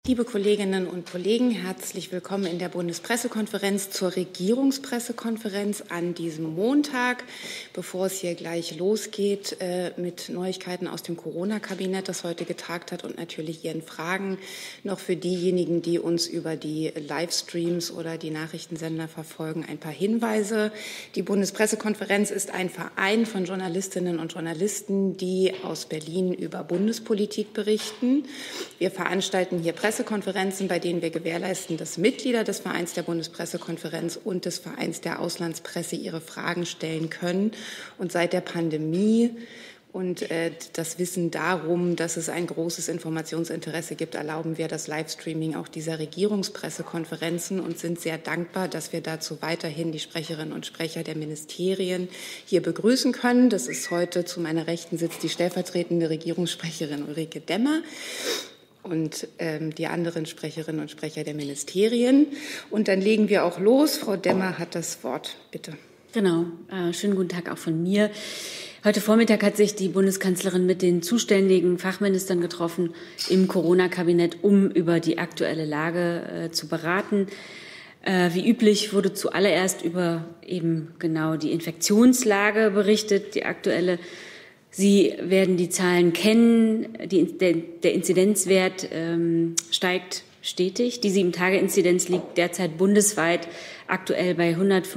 Liebe Kolleginnen und Kollegen, herzlich willkommen in der Bundespressekonferenz zur Regierungspressekonferenz an diesem Montag. Bevor es hier gleich losgeht mit Neuigkeiten aus dem Corona-Kabinett, das heute getagt hat und natürlich Ihren Fragen, noch für diejenigen, die uns über die Livestreams oder die Nachrichtensender verfolgen, ein paar Hinweise. Die Bundespressekonferenz ist ein Verein von Journalistinnen und Journalisten, die aus Berlin über Bundespolitik berichten. Wir veranstalten hier Pressekonferenzen, bei denen wir gewährleisten, dass Mitglieder des Vereins der Bundespressekonferenz und des Vereins der Auslandspresse ihre Fragen stellen können. Und seit der Pandemie und das Wissen darum, dass es ein großes Informationsinteresse gibt, erlauben wir das Livestreaming auch dieser Regierungspressekonferenzen und sind sehr dankbar, dass wir dazu weiterhin die Sprecherinnen und Sprecher der Ministerien hier begrüßen können. Das ist heute zu meiner Rechten sitzt die stellvertretende Regierungssprecherin Ulrike Demmer und die anderen Sprecherinnen und Sprecher der Ministerien. Und dann legen wir auch los. Frau Demmer hat das Wort. Bitte. Genau. Schönen guten Tag auch von mir. Heute Vormittag hat sich die Bundeskanzlerin mit den zuständigen Fachministern getroffen im Corona-Kabinett, um über die aktuelle Lage zu beraten. Wie üblich wurde zuallererst über eben genau die Infektionslage berichtet, die aktuelle. Sie werden die Zahlen kennen. Der Inzidenzwert steigt stetig. Die 7-Tage-Inzidenz liegt derzeit bundesweit aktuell bei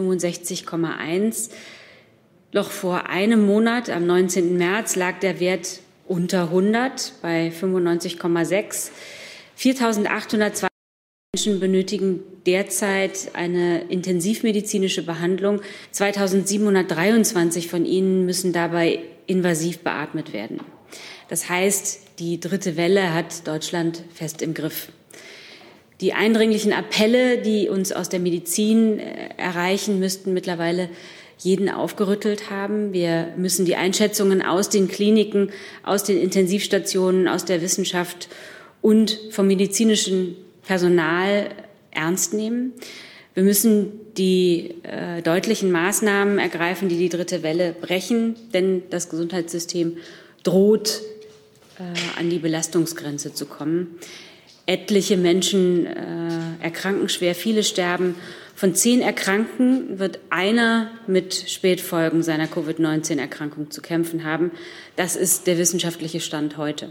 165,1. Noch vor einem Monat, am 19. März, lag der Wert unter 100 bei 95,6. 4.802 Menschen benötigen derzeit eine intensivmedizinische Behandlung. 2.723 von ihnen müssen dabei invasiv beatmet werden. Das heißt, die dritte Welle hat Deutschland fest im Griff. Die eindringlichen Appelle, die uns aus der Medizin erreichen, müssten mittlerweile jeden aufgerüttelt haben. Wir müssen die Einschätzungen aus den Kliniken, aus den Intensivstationen, aus der Wissenschaft und vom medizinischen Personal ernst nehmen. Wir müssen die deutlichen Maßnahmen ergreifen, die die dritte Welle brechen, denn das Gesundheitssystem droht, an die Belastungsgrenze zu kommen. Etliche Menschen erkranken schwer, viele sterben. Von 10 Erkrankten wird einer mit Spätfolgen seiner Covid-19-Erkrankung zu kämpfen haben. Das ist der wissenschaftliche Stand heute.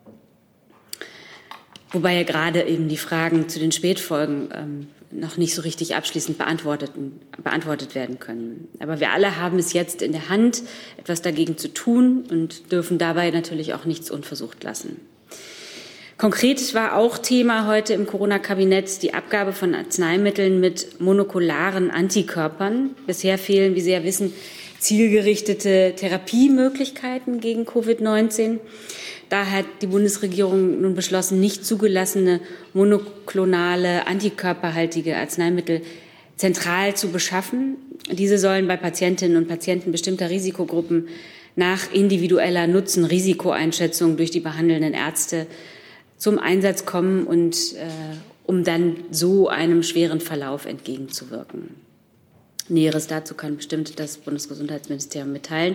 Wobei ja gerade eben die Fragen zu den Spätfolgen noch nicht so richtig abschließend beantwortet werden können. Aber wir alle haben es jetzt in der Hand, etwas dagegen zu tun und dürfen dabei natürlich auch nichts unversucht lassen. Konkret war auch Thema heute im Corona-Kabinett die Abgabe von Arzneimitteln mit monokularen Antikörpern. Bisher fehlen, wie Sie ja wissen, zielgerichtete Therapiemöglichkeiten gegen Covid-19. Da hat die Bundesregierung nun beschlossen, nicht zugelassene monoklonale, antikörperhaltige Arzneimittel zentral zu beschaffen. Diese sollen bei Patientinnen und Patienten bestimmter Risikogruppen nach individueller Nutzen-Risikoeinschätzung durch die behandelnden Ärzte zum Einsatz kommen und um dann so einem schweren Verlauf entgegenzuwirken. Näheres dazu kann bestimmt das Bundesgesundheitsministerium mitteilen.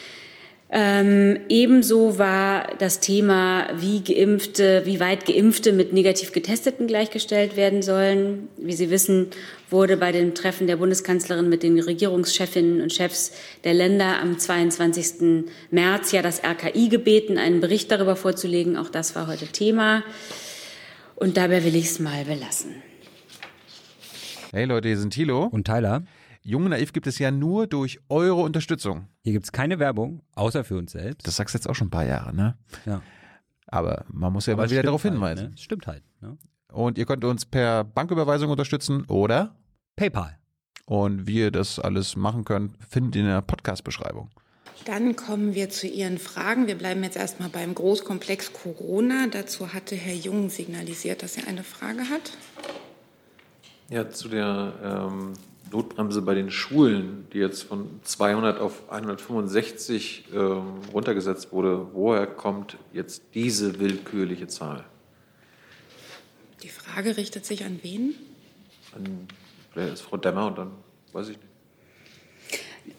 Ebenso war das Thema, wie weit Geimpfte mit negativ Getesteten gleichgestellt werden sollen. Wie Sie wissen, wurde bei dem Treffen der Bundeskanzlerin mit den Regierungschefinnen und Chefs der Länder am 22. März ja das RKI gebeten, einen Bericht darüber vorzulegen. Auch das war heute Thema. Und dabei will ich es mal belassen. Hey Leute, hier sind Thilo und Tyler. Jung und Naiv gibt es ja nur durch eure Unterstützung. Hier gibt es keine Werbung, außer für uns selbst. Das sagst du jetzt auch schon ein paar Jahre, ne? Ja. Aber man muss ja mal wieder darauf hinweisen. Halt, ne? Stimmt halt. Ne? Und ihr könnt uns per Banküberweisung unterstützen oder PayPal. Und wie ihr das alles machen könnt, findet ihr in der Podcast-Beschreibung. Dann kommen wir zu Ihren Fragen. Wir bleiben jetzt erstmal beim Großkomplex Corona. Dazu hatte Herr Jung signalisiert, dass er eine Frage hat. Ja, zu der Notbremse bei den Schulen, die jetzt von 200 auf 165 runtergesetzt wurde. Woher kommt jetzt diese willkürliche Zahl? Die Frage richtet sich an wen? Vielleicht ist Frau Demmer und dann weiß ich nicht.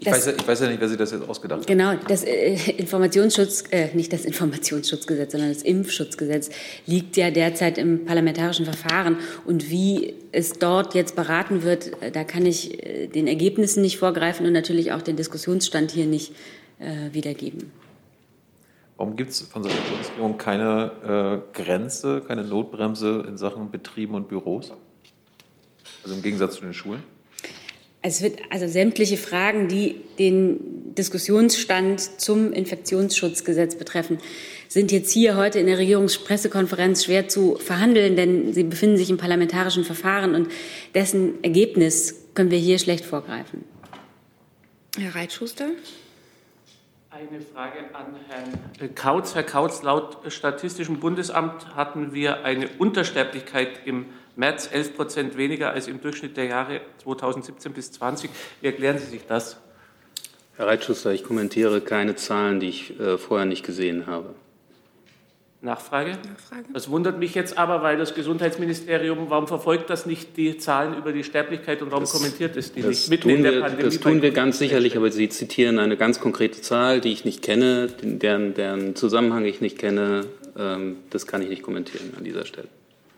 Ich weiß ja nicht, wer sich das jetzt ausgedacht hat. Genau, das nicht das Informationsschutzgesetz, sondern das Impfschutzgesetz liegt ja derzeit im parlamentarischen Verfahren. Und wie es dort jetzt beraten wird, da kann ich den Ergebnissen nicht vorgreifen und natürlich auch den Diskussionsstand hier nicht wiedergeben. Warum gibt es von Seiten der Bundesregierung keine Grenze, keine Notbremse in Sachen Betrieben und Büros? Also im Gegensatz zu den Schulen? Es wird also sämtliche Fragen, die den Diskussionsstand zum Infektionsschutzgesetz betreffen, sind jetzt hier heute in der Regierungspressekonferenz schwer zu verhandeln, denn sie befinden sich im parlamentarischen Verfahren und dessen Ergebnis können wir hier schlecht vorgreifen. Herr Reitschuster. Eine Frage an Herrn Kautz. Herr Kautz, laut Statistischem Bundesamt hatten wir eine Untersterblichkeit im März 11% weniger als im Durchschnitt der Jahre 2017 bis 2020. Wie erklären Sie sich das? Herr Reitschuster, ich kommentiere keine Zahlen, die ich vorher nicht gesehen habe. Nachfrage? Das wundert mich jetzt aber, weil das Gesundheitsministerium, warum verfolgt das nicht die Zahlen über die Sterblichkeit und warum kommentiert es die nicht mitten in der Pandemie? Das tun wir ganz sicherlich, aber Sie zitieren eine ganz konkrete Zahl, die ich nicht kenne, deren Zusammenhang ich nicht kenne. Das kann ich nicht kommentieren an dieser Stelle.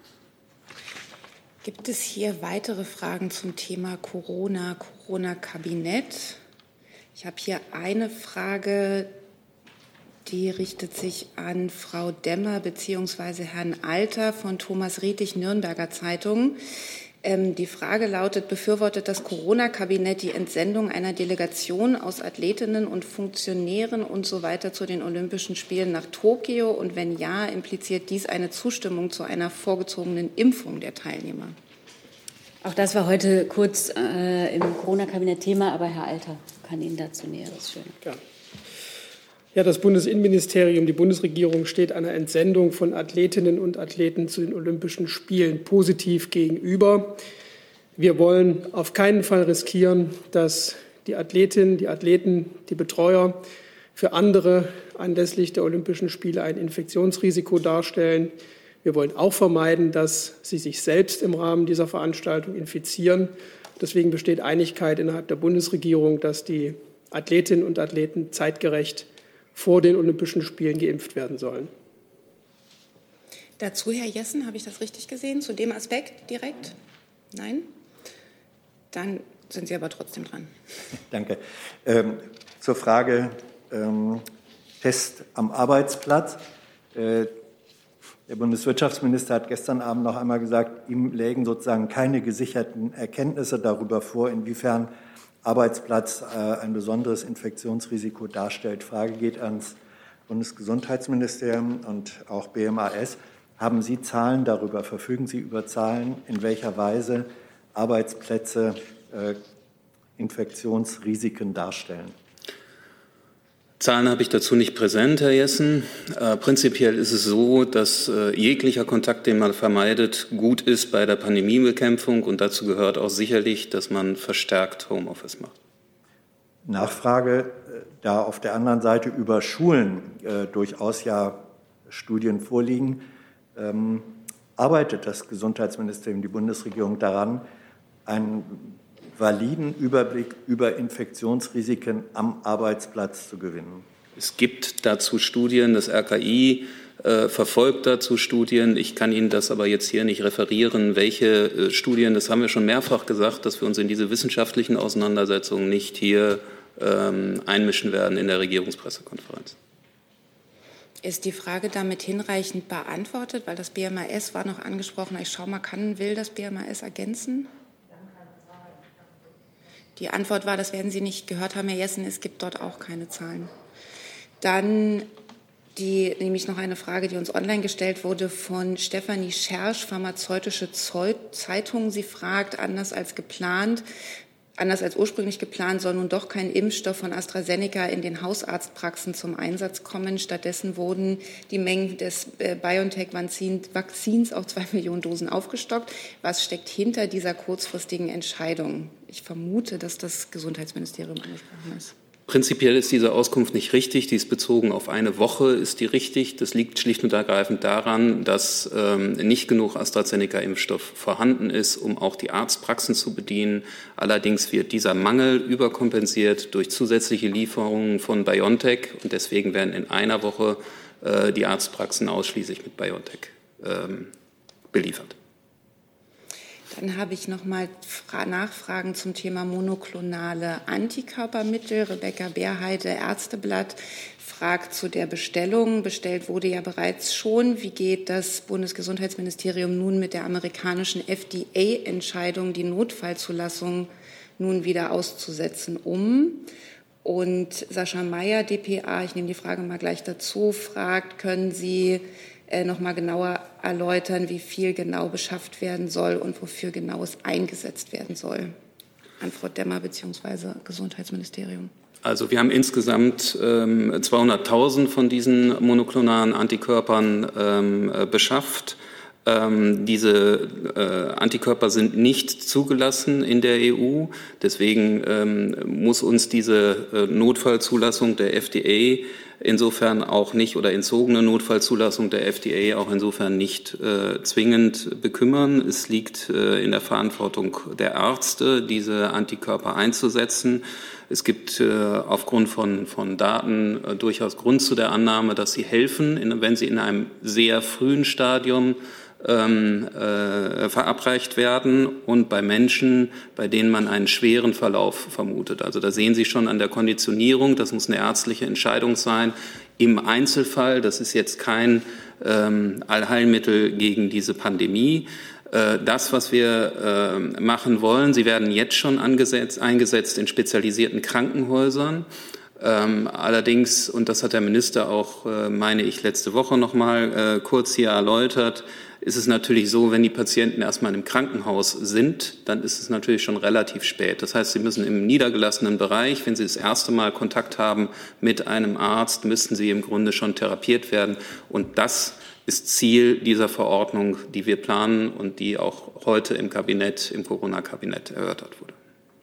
Gibt es hier weitere Fragen zum Thema Corona-Kabinett? Ich habe hier eine Frage, die richtet sich an Frau Demmer bzw. Herrn Alter von Thomas Rietig, Nürnberger Zeitung. Die Frage lautet, befürwortet das Corona-Kabinett die Entsendung einer Delegation aus Athletinnen und Funktionären und so weiter zu den Olympischen Spielen nach Tokio? Und wenn ja, impliziert dies eine Zustimmung zu einer vorgezogenen Impfung der Teilnehmer? Auch das war heute kurz im Corona-Kabinett Thema, aber Herr Alter kann Ihnen dazu Näheres schildern. Ja, das Bundesinnenministerium, die Bundesregierung steht einer Entsendung von Athletinnen und Athleten zu den Olympischen Spielen positiv gegenüber. Wir wollen auf keinen Fall riskieren, dass die Athletinnen, die Athleten, die Betreuer für andere anlässlich der Olympischen Spiele ein Infektionsrisiko darstellen. Wir wollen auch vermeiden, dass sie sich selbst im Rahmen dieser Veranstaltung infizieren. Deswegen besteht Einigkeit innerhalb der Bundesregierung, dass die Athletinnen und Athleten zeitgerecht vor den Olympischen Spielen geimpft werden sollen. Dazu, Herr Jessen, habe ich das richtig gesehen, zu dem Aspekt direkt? Nein? Dann sind Sie aber trotzdem dran. Danke. Zur Frage Test am Arbeitsplatz. Der Bundeswirtschaftsminister hat gestern Abend noch einmal gesagt, ihm lägen sozusagen keine gesicherten Erkenntnisse darüber vor, inwiefern Arbeitsplatz ein besonderes Infektionsrisiko darstellt. Frage geht ans Bundesgesundheitsministerium und auch BMAS. Haben Sie Zahlen darüber, verfügen Sie über Zahlen, in welcher Weise Arbeitsplätze Infektionsrisiken darstellen? Zahlen habe ich dazu nicht präsent, Herr Jessen. Prinzipiell ist es so, dass jeglicher Kontakt, den man vermeidet, gut ist bei der Pandemiebekämpfung. Und dazu gehört auch sicherlich, dass man verstärkt Homeoffice macht. Nachfrage, da auf der anderen Seite über Schulen durchaus ja Studien vorliegen, arbeitet das Gesundheitsministerium, die Bundesregierung daran, einen validen Überblick über Infektionsrisiken am Arbeitsplatz zu gewinnen? Es gibt dazu Studien, das RKI verfolgt dazu Studien. Ich kann Ihnen das aber jetzt hier nicht referieren, welche Studien, das haben wir schon mehrfach gesagt, dass wir uns in diese wissenschaftlichen Auseinandersetzungen nicht hier einmischen werden in der Regierungspressekonferenz. Ist die Frage damit hinreichend beantwortet? Weil das BMAS war noch angesprochen. Ich schaue mal, will das BMAS ergänzen? Die Antwort war, das werden Sie nicht gehört haben, Herr Jessen, es gibt dort auch keine Zahlen. Dann nämlich noch eine Frage, die uns online gestellt wurde von Stefanie Schersch, Pharmazeutische Zeitung. Sie fragt, anders als ursprünglich geplant, soll nun doch kein Impfstoff von AstraZeneca in den Hausarztpraxen zum Einsatz kommen. Stattdessen wurden die Mengen des BioNTech-Vakzins auf 2 Millionen Dosen aufgestockt. Was steckt hinter dieser kurzfristigen Entscheidung? Ich vermute, dass das Gesundheitsministerium angesprochen ist. Prinzipiell ist diese Auskunft nicht richtig. Die ist bezogen auf eine Woche, ist die richtig. Das liegt schlicht und ergreifend daran, dass nicht genug AstraZeneca-Impfstoff vorhanden ist, um auch die Arztpraxen zu bedienen. Allerdings wird dieser Mangel überkompensiert durch zusätzliche Lieferungen von BioNTech. Und deswegen werden in einer Woche die Arztpraxen ausschließlich mit BioNTech beliefert. Dann habe ich noch mal Nachfragen zum Thema monoklonale Antikörpermittel. Rebecca Beerheide, Ärzteblatt, fragt zu der Bestellung. Bestellt wurde ja bereits schon. Wie geht das Bundesgesundheitsministerium nun mit der amerikanischen FDA-Entscheidung, die Notfallzulassung nun wieder auszusetzen, um? Und Sascha Meyer, dpa, ich nehme die Frage mal gleich dazu, fragt, können Sie noch mal genauer erläutern, wie viel genau beschafft werden soll und wofür genau es eingesetzt werden soll? An Frau Demmer bzw. Gesundheitsministerium. Also wir haben insgesamt 200.000 von diesen monoklonalen Antikörpern beschafft. Diese Antikörper sind nicht zugelassen in der EU. Deswegen muss uns diese Notfallzulassung der FDA insofern auch nicht oder entzogene Notfallzulassung der FDA auch insofern nicht zwingend bekümmern. Es liegt in der Verantwortung der Ärzte, diese Antikörper einzusetzen. Es gibt aufgrund von Daten durchaus Grund zu der Annahme, dass sie helfen, wenn sie in einem sehr frühen Stadium verabreicht werden und bei Menschen, bei denen man einen schweren Verlauf vermutet. Also da sehen Sie schon an der Konditionierung, das muss eine ärztliche Entscheidung sein. Im Einzelfall, das ist jetzt kein Allheilmittel gegen diese Pandemie. Das, was wir machen wollen, sie werden jetzt schon eingesetzt in spezialisierten Krankenhäusern. Allerdings, und das hat der Minister auch, meine ich, letzte Woche noch mal kurz hier erläutert, ist es natürlich so, wenn die Patienten erstmal im Krankenhaus sind, dann ist es natürlich schon relativ spät. Das heißt, sie müssen im niedergelassenen Bereich, wenn sie das erste Mal Kontakt haben mit einem Arzt, müssten sie im Grunde schon therapiert werden. Und das ist Ziel dieser Verordnung, die wir planen und die auch heute im Kabinett, im Corona-Kabinett erörtert wurde.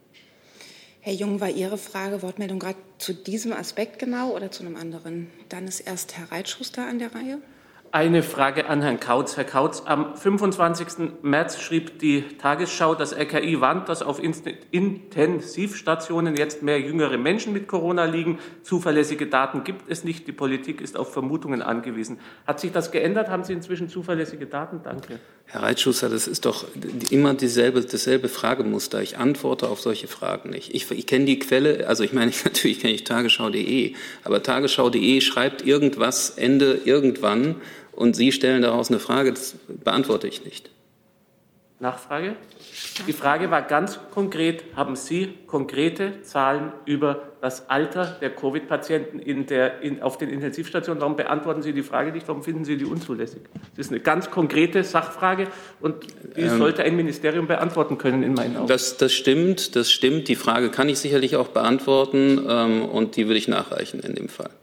Herr Jung, war Ihre Frage, Wortmeldung gerade zu diesem Aspekt genau oder zu einem anderen? Dann ist erst Herr Reitschuster an der Reihe. Eine Frage an Herrn Kautz. Herr Kautz, am 25. März schrieb die Tagesschau, das RKI warnt, dass auf Intensivstationen jetzt mehr jüngere Menschen mit Corona liegen. Zuverlässige Daten gibt es nicht. Die Politik ist auf Vermutungen angewiesen. Hat sich das geändert? Haben Sie inzwischen zuverlässige Daten? Danke. Herr Reitschuster, das ist doch immer dasselbe Fragemuster. Ich antworte auf solche Fragen nicht. Ich kenne die Quelle, also ich meine, natürlich kenne ich tagesschau.de, aber tagesschau.de schreibt irgendwas Ende irgendwann und Sie stellen daraus eine Frage, das beantworte ich nicht. Nachfrage? Die Frage war ganz konkret, haben Sie konkrete Zahlen über das Alter der Covid-Patienten auf den Intensivstationen? Warum beantworten Sie die Frage nicht? Warum finden Sie die unzulässig? Das ist eine ganz konkrete Sachfrage und die sollte ein Ministerium beantworten können, in meinen Augen. Das stimmt. Die Frage kann ich sicherlich auch beantworten und die würde ich nachreichen in dem Fall.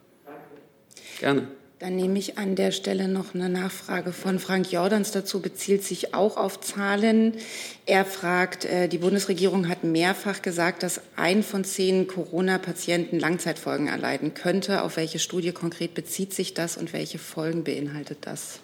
Gerne. Dann nehme ich an der Stelle noch eine Nachfrage von Frank Jordans dazu, bezieht sich auch auf Zahlen. Er fragt, die Bundesregierung hat mehrfach gesagt, dass 1 von 10 Corona-Patienten Langzeitfolgen erleiden könnte. Auf welche Studie konkret bezieht sich das und welche Folgen beinhaltet das?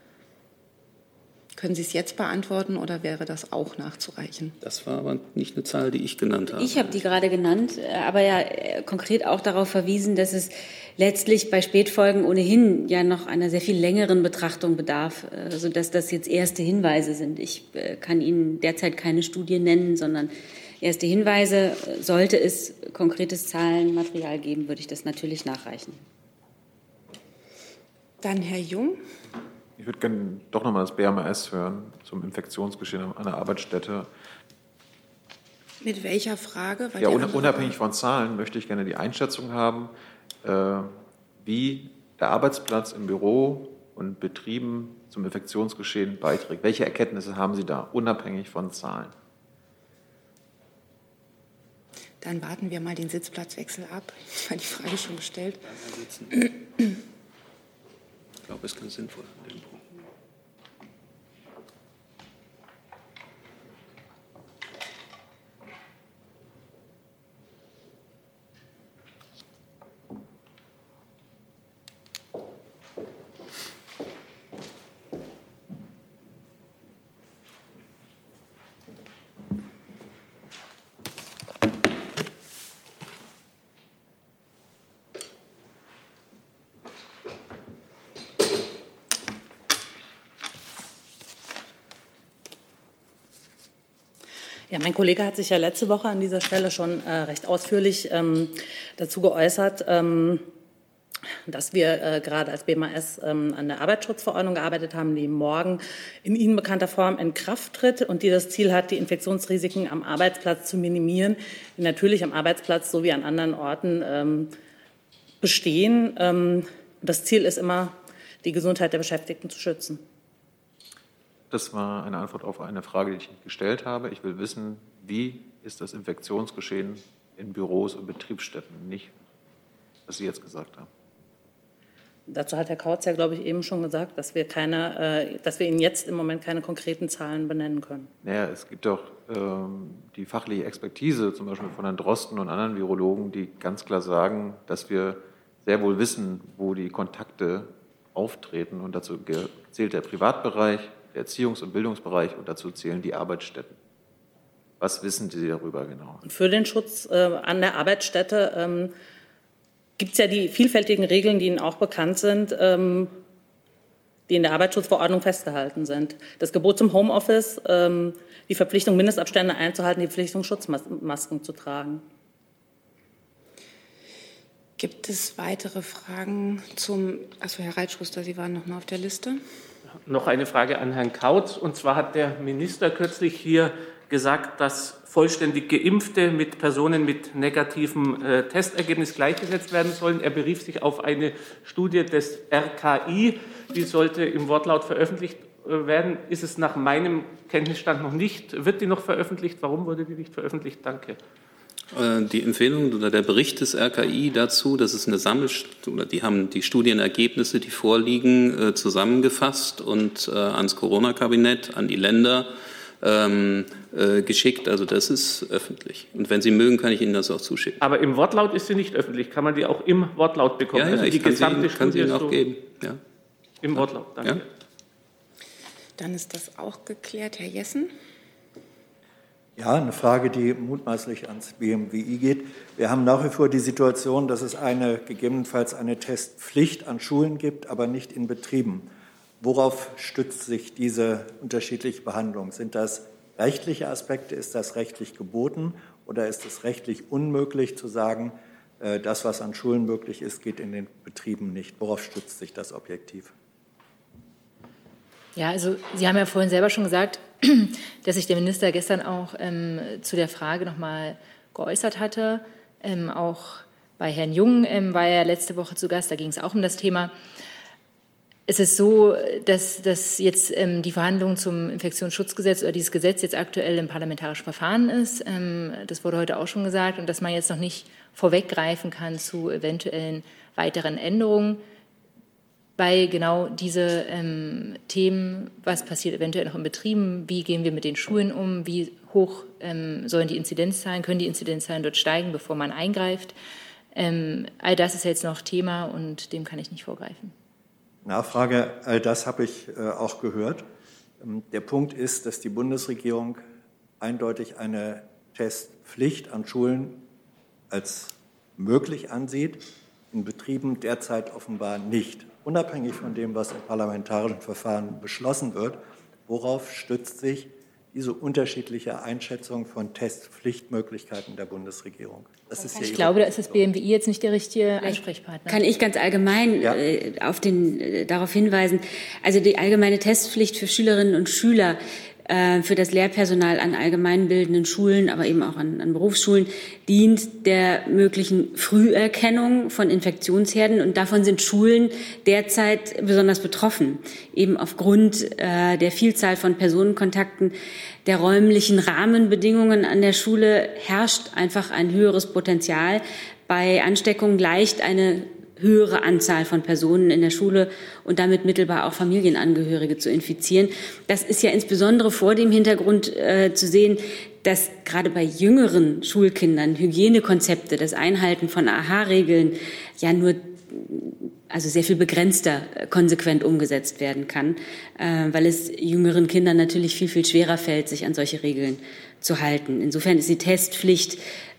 Können Sie es jetzt beantworten oder wäre das auch nachzureichen? Das war aber nicht eine Zahl, die ich genannt habe. Ich habe die gerade genannt, aber ja konkret auch darauf verwiesen, dass es letztlich bei Spätfolgen ohnehin ja noch einer sehr viel längeren Betrachtung bedarf, sodass das jetzt erste Hinweise sind. Ich kann Ihnen derzeit keine Studie nennen, sondern erste Hinweise. Sollte es konkretes Zahlenmaterial geben, würde ich das natürlich nachreichen. Dann Herr Jung. Ich würde gerne doch nochmal das BMAS hören zum Infektionsgeschehen an der Arbeitsstätte. Mit welcher Frage? Ja, unabhängig von Zahlen möchte ich gerne die Einschätzung haben, wie der Arbeitsplatz im Büro und Betrieben zum Infektionsgeschehen beiträgt. Welche Erkenntnisse haben Sie da, unabhängig von Zahlen? Dann warten wir mal den Sitzplatzwechsel ab. Ich habe die Frage schon gestellt. Ich glaube, es ist ganz sinnvoll. Ja, mein Kollege hat sich ja letzte Woche an dieser Stelle schon recht ausführlich dazu geäußert, dass wir gerade als BMAS an der Arbeitsschutzverordnung gearbeitet haben, die morgen in Ihnen bekannter Form in Kraft tritt und die das Ziel hat, die Infektionsrisiken am Arbeitsplatz zu minimieren, die natürlich am Arbeitsplatz sowie an anderen Orten bestehen. Das Ziel ist immer, die Gesundheit der Beschäftigten zu schützen. Das war eine Antwort auf eine Frage, die ich gestellt habe. Ich will wissen, wie ist das Infektionsgeschehen in Büros und Betriebsstätten, nicht, was Sie jetzt gesagt haben. Dazu hat Herr Kautz ja, glaube ich, eben schon gesagt, dass wir Ihnen jetzt im Moment keine konkreten Zahlen benennen können. Naja, es gibt doch die fachliche Expertise, zum Beispiel von Herrn Drosten und anderen Virologen, die ganz klar sagen, dass wir sehr wohl wissen, wo die Kontakte auftreten. Und dazu zählt der Privatbereich, der Erziehungs- und Bildungsbereich und dazu zählen die Arbeitsstätten. Was wissen Sie darüber genau? Und für den Schutz an der Arbeitsstätte gibt es ja die vielfältigen Regeln, die Ihnen auch bekannt sind, die in der Arbeitsschutzverordnung festgehalten sind. Das Gebot zum Homeoffice, die Verpflichtung, Mindestabstände einzuhalten, die Verpflichtung, Schutzmasken zu tragen. Gibt es weitere Fragen zum... Achso, Herr Reitschuster, Sie waren noch mal auf der Liste. Noch eine Frage an Herrn Kautz. Und zwar hat der Minister kürzlich hier gesagt, dass vollständig Geimpfte mit Personen mit negativem Testergebnis gleichgesetzt werden sollen. Er berief sich auf eine Studie des RKI, die sollte im Wortlaut veröffentlicht werden. Ist es nach meinem Kenntnisstand noch nicht? Wird die noch veröffentlicht? Warum wurde die nicht veröffentlicht? Danke. Die Empfehlung oder der Bericht des RKI dazu, das ist die haben die Studienergebnisse, die vorliegen, zusammengefasst und ans Corona-Kabinett, an die Länder geschickt. Also das ist öffentlich. Und wenn Sie mögen, kann ich Ihnen das auch zuschicken. Aber im Wortlaut ist sie nicht öffentlich. Kann man die auch im Wortlaut bekommen? Ja, also ich kann sie Ihnen auch geben. Ja. Im Wortlaut, danke. Ja. Dann ist das auch geklärt. Herr Jessen? Ja, eine Frage, die mutmaßlich ans BMWI geht. Wir haben nach wie vor die Situation, dass es gegebenenfalls eine Testpflicht an Schulen gibt, aber nicht in Betrieben. Worauf stützt sich diese unterschiedliche Behandlung? Sind das rechtliche Aspekte? Ist das rechtlich geboten? Oder ist es rechtlich unmöglich zu sagen, das, was an Schulen möglich ist, geht in den Betrieben nicht? Worauf stützt sich das objektiv? Ja, also Sie haben ja vorhin selber schon gesagt, dass sich der Minister gestern auch zu der Frage noch mal geäußert hatte. Auch bei Herrn Jung war er letzte Woche zu Gast, da ging es auch um das Thema. Es ist so, dass jetzt die Verhandlung zum Infektionsschutzgesetz oder dieses Gesetz jetzt aktuell im parlamentarischen Verfahren ist. Das wurde heute auch schon gesagt und dass man jetzt noch nicht vorweggreifen kann zu eventuellen weiteren Änderungen. Bei genau diese Themen, was passiert eventuell noch in Betrieben, wie gehen wir mit den Schulen um, wie hoch sollen die Inzidenzzahlen, können die Inzidenzzahlen dort steigen, bevor man eingreift. All das ist jetzt noch Thema und dem kann ich nicht vorgreifen. Nachfrage, all das habe ich auch gehört. Der Punkt ist, dass die Bundesregierung eindeutig eine Testpflicht an Schulen als möglich ansieht, in Betrieben derzeit offenbar nicht. Unabhängig von dem, was im parlamentarischen Verfahren beschlossen wird, worauf stützt sich diese unterschiedliche Einschätzung von Testpflichtmöglichkeiten der Bundesregierung? Das ist ich glaube, da ist das BMWI jetzt nicht der richtige Ansprechpartner. Kann ich ganz allgemein darauf hinweisen. Also die allgemeine Testpflicht für Schülerinnen und Schüler, für das Lehrpersonal an allgemeinbildenden Schulen, aber eben auch an Berufsschulen, dient der möglichen Früherkennung von Infektionsherden. Und davon sind Schulen derzeit besonders betroffen, eben aufgrund der Vielzahl von Personenkontakten, der räumlichen Rahmenbedingungen an der Schule herrscht einfach ein höheres Potenzial. Bei Ansteckungen gleicht eine höhere Anzahl von Personen in der Schule und damit mittelbar auch Familienangehörige zu infizieren. Das ist ja insbesondere vor dem Hintergrund zu sehen, dass gerade bei jüngeren Schulkindern Hygienekonzepte, das Einhalten von AHA-Regeln ja nur sehr viel begrenzter konsequent umgesetzt werden kann, weil es jüngeren Kindern natürlich viel, viel schwerer fällt, sich an solche Regeln zu halten. Insofern ist die Testpflicht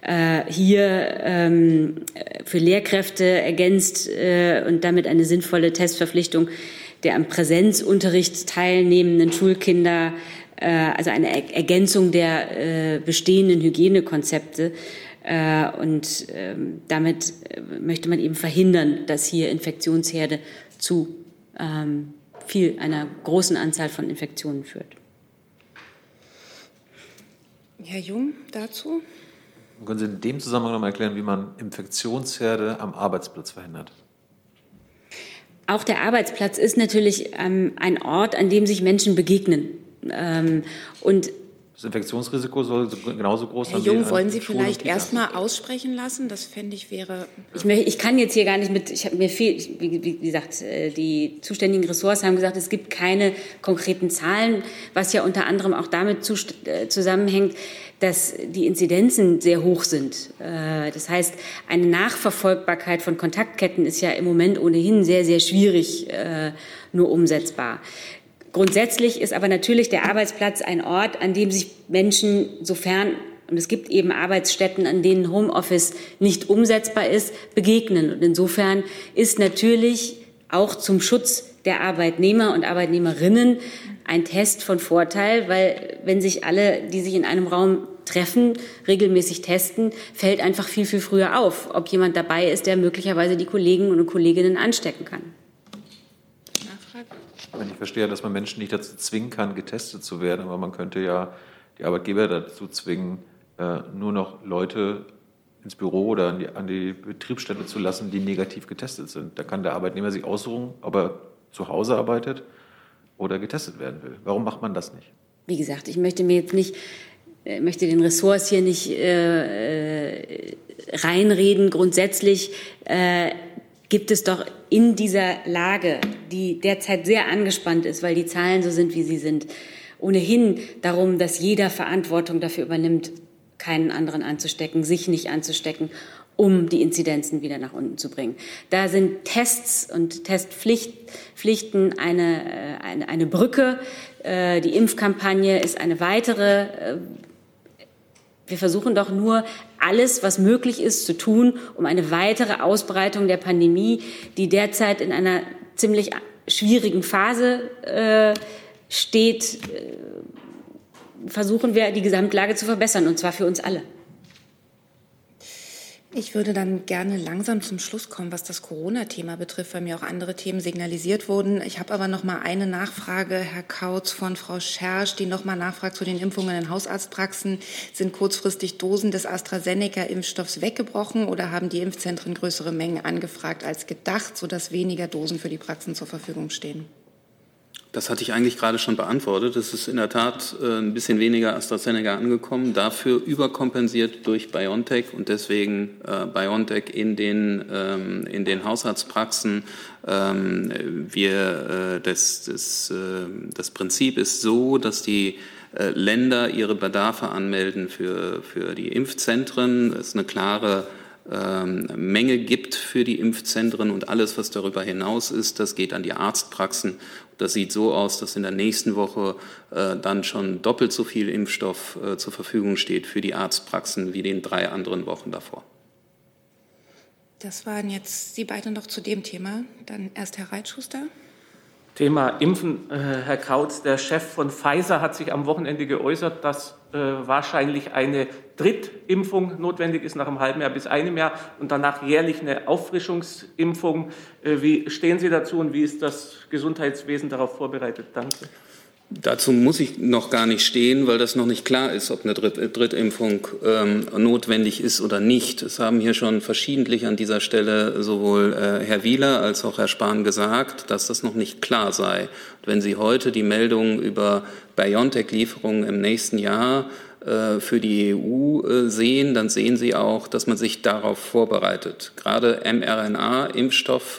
hier für Lehrkräfte ergänzt und damit eine sinnvolle Testverpflichtung der am Präsenzunterricht teilnehmenden Schulkinder also eine Ergänzung der bestehenden Hygienekonzepte. Und damit möchte man eben verhindern, dass hier Infektionsherde zu einer großen Anzahl von Infektionen führt. Herr Jung, dazu? Können Sie in dem Zusammenhang noch mal erklären, wie man Infektionsherde am Arbeitsplatz verhindert? Auch der Arbeitsplatz ist natürlich ein Ort, an dem sich Menschen begegnen. Und das Infektionsrisiko soll genauso groß sein. Herr Jung, wollen Sie vielleicht erstmal aussprechen lassen? Das fände ich wäre. Ich kann jetzt hier gar nicht mir fehlt, wie gesagt, die zuständigen Ressorts haben gesagt, es gibt keine konkreten Zahlen, was ja unter anderem auch damit zusammenhängt, dass die Inzidenzen sehr hoch sind. Das heißt, eine Nachverfolgbarkeit von Kontaktketten ist ja im Moment ohnehin sehr, sehr schwierig nur umsetzbar. Grundsätzlich ist aber natürlich der Arbeitsplatz ein Ort, an dem sich Menschen, sofern, und es gibt eben Arbeitsstätten, an denen Homeoffice nicht umsetzbar ist, begegnen. Und insofern ist natürlich auch zum Schutz der Arbeitnehmer und Arbeitnehmerinnen ein Test von Vorteil, weil wenn sich alle, die sich in einem Raum treffen, regelmäßig testen, fällt einfach viel, viel früher auf, ob jemand dabei ist, der möglicherweise die Kollegen und Kolleginnen anstecken kann. Ich verstehe, dass man Menschen nicht dazu zwingen kann, getestet zu werden, aber man könnte ja die Arbeitgeber dazu zwingen, nur noch Leute ins Büro oder an die Betriebsstätte zu lassen, die negativ getestet sind. Da kann der Arbeitnehmer sich aussuchen, ob er zu Hause arbeitet oder getestet werden will. Warum macht man das nicht? Wie gesagt, ich möchte den Ressorts hier nicht reinreden. Grundsätzlich gibt es doch in dieser Lage, die derzeit sehr angespannt ist, weil die Zahlen so sind, wie sie sind, ohnehin darum, dass jeder Verantwortung dafür übernimmt, keinen anderen anzustecken, sich nicht anzustecken, um die Inzidenzen wieder nach unten zu bringen. Da sind Tests und Testpflichten eine Brücke. Die Impfkampagne ist eine weitere. Wir versuchen doch nur, alles, was möglich ist, zu tun, um eine weitere Ausbreitung der Pandemie, die derzeit in einer ziemlich schwierigen Phase steht, versuchen wir, die Gesamtlage zu verbessern, und zwar für uns alle. Ich würde dann gerne langsam zum Schluss kommen, was das Corona-Thema betrifft, weil mir auch andere Themen signalisiert wurden. Ich habe aber noch mal eine Nachfrage, Herr Kautz, von Frau Schersch, die noch mal nachfragt zu den Impfungen in Hausarztpraxen. Sind kurzfristig Dosen des AstraZeneca-Impfstoffs weggebrochen oder haben die Impfzentren größere Mengen angefragt als gedacht, sodass weniger Dosen für die Praxen zur Verfügung stehen? Das hatte ich eigentlich gerade schon beantwortet. Es ist in der Tat ein bisschen weniger AstraZeneca angekommen, dafür überkompensiert durch BioNTech und deswegen BioNTech in den Hausarztpraxen. Das Prinzip ist so, dass die Länder ihre Bedarfe anmelden für die Impfzentren. Es eine klare Menge gibt für die Impfzentren und alles, was darüber hinaus ist, das geht an die Arztpraxen. Das sieht so aus, dass in der nächsten Woche dann schon doppelt so viel Impfstoff zur Verfügung steht für die Arztpraxen wie den 3 anderen Wochen davor. Das waren jetzt Sie beide noch zu dem Thema. Dann erst Herr Reitschuster. Thema Impfen, Herr Kautz, der Chef von Pfizer hat sich am Wochenende geäußert, dass wahrscheinlich eine Drittimpfung notwendig ist nach einem halben Jahr bis einem Jahr und danach jährlich eine Auffrischungsimpfung. Wie stehen Sie dazu und wie ist das Gesundheitswesen darauf vorbereitet? Danke. Dazu muss ich noch gar nicht stehen, weil das noch nicht klar ist, ob eine Drittimpfung notwendig ist oder nicht. Es haben hier schon verschiedentlich an dieser Stelle sowohl Herr Wieler als auch Herr Spahn gesagt, dass das noch nicht klar sei. Und wenn Sie heute die Meldung über BioNTech-Lieferungen im nächsten Jahr für die EU sehen, dann sehen Sie auch, dass man sich darauf vorbereitet. Gerade mRNA-Impfstoff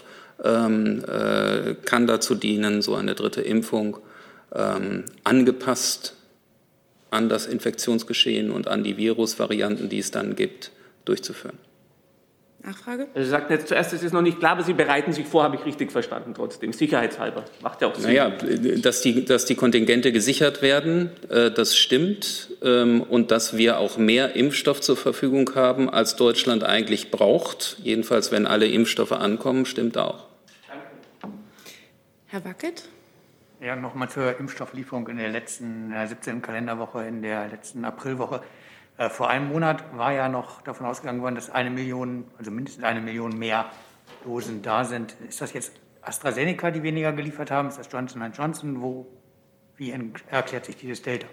kann dazu dienen, so eine dritte Impfung angepasst an das Infektionsgeschehen und an die Virusvarianten, die es dann gibt, durchzuführen. Nachfrage? Sie sagten jetzt zuerst, es ist noch nicht klar, aber Sie bereiten sich vor, habe ich richtig verstanden, trotzdem, sicherheitshalber. Macht ja auch Sinn. Naja, dass die Kontingente gesichert werden, das stimmt. Und dass wir auch mehr Impfstoff zur Verfügung haben, als Deutschland eigentlich braucht, jedenfalls wenn alle Impfstoffe ankommen, stimmt auch. Herr Wackett? Ja, nochmal zur Impfstofflieferung in der letzten 17. Kalenderwoche, in der letzten Aprilwoche. Vor einem Monat war ja noch davon ausgegangen worden, dass 1 Million, also mindestens 1 Million mehr Dosen da sind. Ist das jetzt AstraZeneca, die weniger geliefert haben? Ist das Johnson & Johnson? Wie erklärt sich dieses Delta?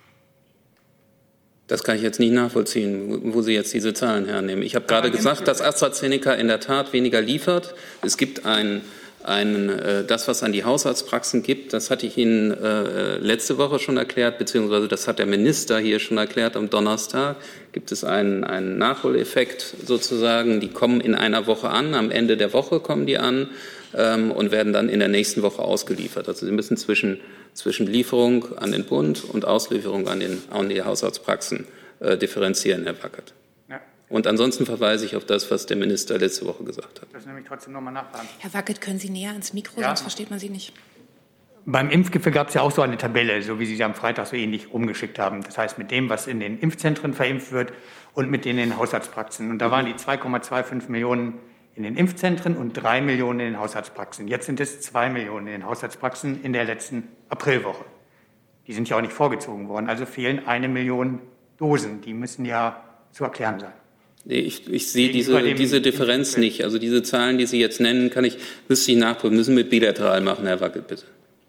Das kann ich jetzt nicht nachvollziehen, wo Sie jetzt diese Zahlen hernehmen. Ich habe gerade gesagt, dass AstraZeneca in der Tat weniger liefert. Es gibt das, was an die Hausarztpraxen gibt, das hatte ich Ihnen letzte Woche schon erklärt, beziehungsweise das hat der Minister hier schon erklärt am Donnerstag. Gibt es einen Nachholeffekt sozusagen, die kommen in einer Woche an, am Ende der Woche kommen die an und werden dann in der nächsten Woche ausgeliefert. Also Sie müssen zwischen Lieferung an den Bund und Auslieferung an die Hausarztpraxen differenzieren, Herr Wackert. Ja. Und ansonsten verweise ich auf das, was der Minister letzte Woche gesagt hat. Das nehme ich trotzdem nochmal nachfragen. Herr Wackert, können Sie näher ans Mikro, sonst versteht man Sie nicht. Beim Impfgipfel gab es ja auch so eine Tabelle, so wie Sie sie am Freitag so ähnlich umgeschickt haben. Das heißt, mit dem, was in den Impfzentren verimpft wird und mit denen in den Hausarztpraxen. Und da waren die 2,25 Millionen in den Impfzentren und 3 Millionen in den Hausarztpraxen. Jetzt sind es 2 Millionen in den Hausarztpraxen in der letzten Aprilwoche. Die sind ja auch nicht vorgezogen worden. Also fehlen 1 Million Dosen. Die müssen ja zu erklären sein. Nee, ich sehe diese Differenz nicht. Also diese Zahlen, die Sie jetzt nennen, müsste ich nachprüfen. Müssen wir bilateral machen, Herr Wackert, bitte.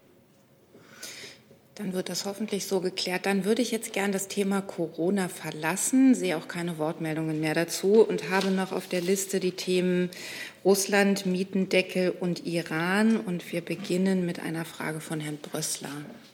Dann wird das hoffentlich so geklärt. Dann würde ich jetzt gern das Thema Corona verlassen, sehe auch keine Wortmeldungen mehr dazu und habe noch auf der Liste die Themen Russland, Mietendeckel und Iran. Und wir beginnen mit einer Frage von Herrn Brössler.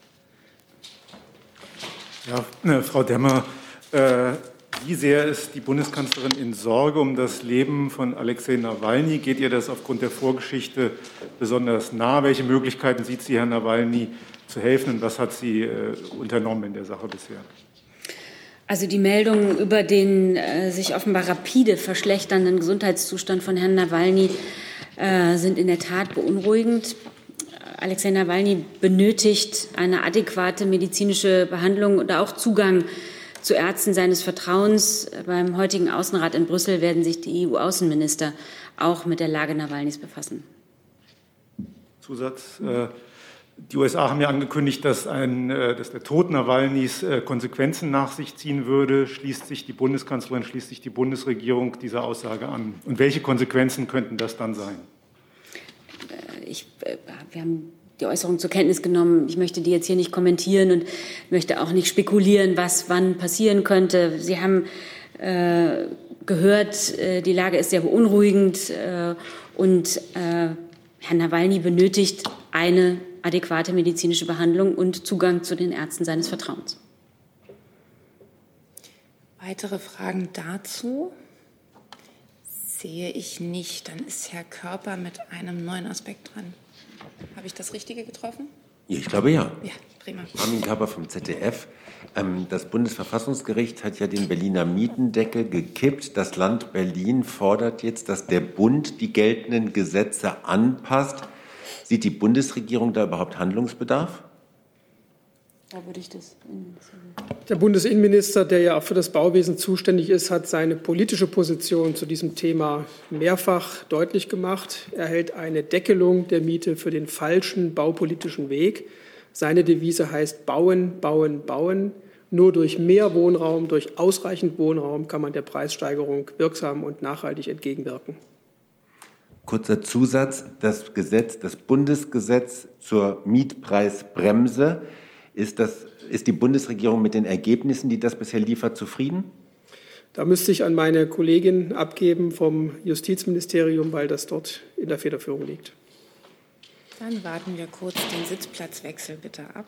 Ja, Frau Demmer, wie sehr ist die Bundeskanzlerin in Sorge um das Leben von Alexei Nawalny? Geht ihr das aufgrund der Vorgeschichte besonders nah? Welche Möglichkeiten sieht sie, Herrn Nawalny zu helfen, und was hat sie unternommen in der Sache bisher? Also die Meldungen über den sich offenbar rapide verschlechternden Gesundheitszustand von Herrn Nawalny sind in der Tat beunruhigend. Alexei Nawalny benötigt eine adäquate medizinische Behandlung und auch Zugang zu Ärzten seines Vertrauens. Beim heutigen Außenrat in Brüssel werden sich die EU-Außenminister auch mit der Lage Nawalnys befassen. Zusatz. Die USA haben ja angekündigt, dass der Tod Nawalnys Konsequenzen nach sich ziehen würde. Schließt sich die Bundeskanzlerin, schließt sich die Bundesregierung dieser Aussage an? Und welche Konsequenzen könnten das dann sein? Wir haben die Äußerung zur Kenntnis genommen. Ich möchte die jetzt hier nicht kommentieren und möchte auch nicht spekulieren, was wann passieren könnte. Sie haben gehört, die Lage ist sehr beunruhigend und Herr Nawalny benötigt eine adäquate medizinische Behandlung und Zugang zu den Ärzten seines Vertrauens. Weitere Fragen dazu sehe ich nicht. Dann ist Herr Körper mit einem neuen Aspekt dran. Habe ich das Richtige getroffen? Ja, ich glaube ja. Ja, prima. Armin Körper vom ZDF. Das Bundesverfassungsgericht hat ja den Berliner Mietendeckel gekippt. Das Land Berlin fordert jetzt, dass der Bund die geltenden Gesetze anpasst. Sieht die Bundesregierung da überhaupt Handlungsbedarf? Da würde ich das. Der Bundesinnenminister, der ja auch für das Bauwesen zuständig ist, hat seine politische Position zu diesem Thema mehrfach deutlich gemacht. Er hält eine Deckelung der Miete für den falschen baupolitischen Weg. Seine Devise heißt Bauen, Bauen, Bauen. Nur durch mehr Wohnraum, durch ausreichend Wohnraum kann man der Preissteigerung wirksam und nachhaltig entgegenwirken. Kurzer Zusatz, das Bundesgesetz zur Mietpreisbremse, ist die Bundesregierung mit den Ergebnissen, die das bisher liefert, zufrieden? Da müsste ich an meine Kollegin abgeben vom Justizministerium, weil das dort in der Federführung liegt. Dann warten wir kurz den Sitzplatzwechsel bitte ab.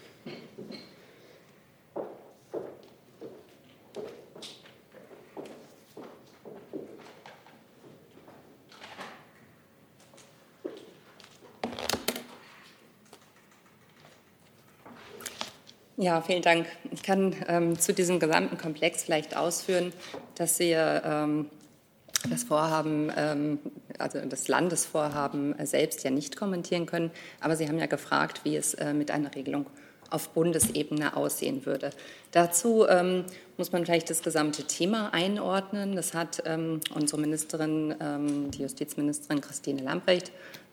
Ja, vielen Dank. Ich kann zu diesem gesamten Komplex vielleicht ausführen, dass wir das Vorhaben, also das Landesvorhaben selbst ja nicht kommentieren können. Aber Sie haben ja gefragt, wie es mit einer Regelung auf Bundesebene aussehen würde. Dazu muss man vielleicht das gesamte Thema einordnen. Das hat unsere Ministerin, die Justizministerin Christine Lambrecht,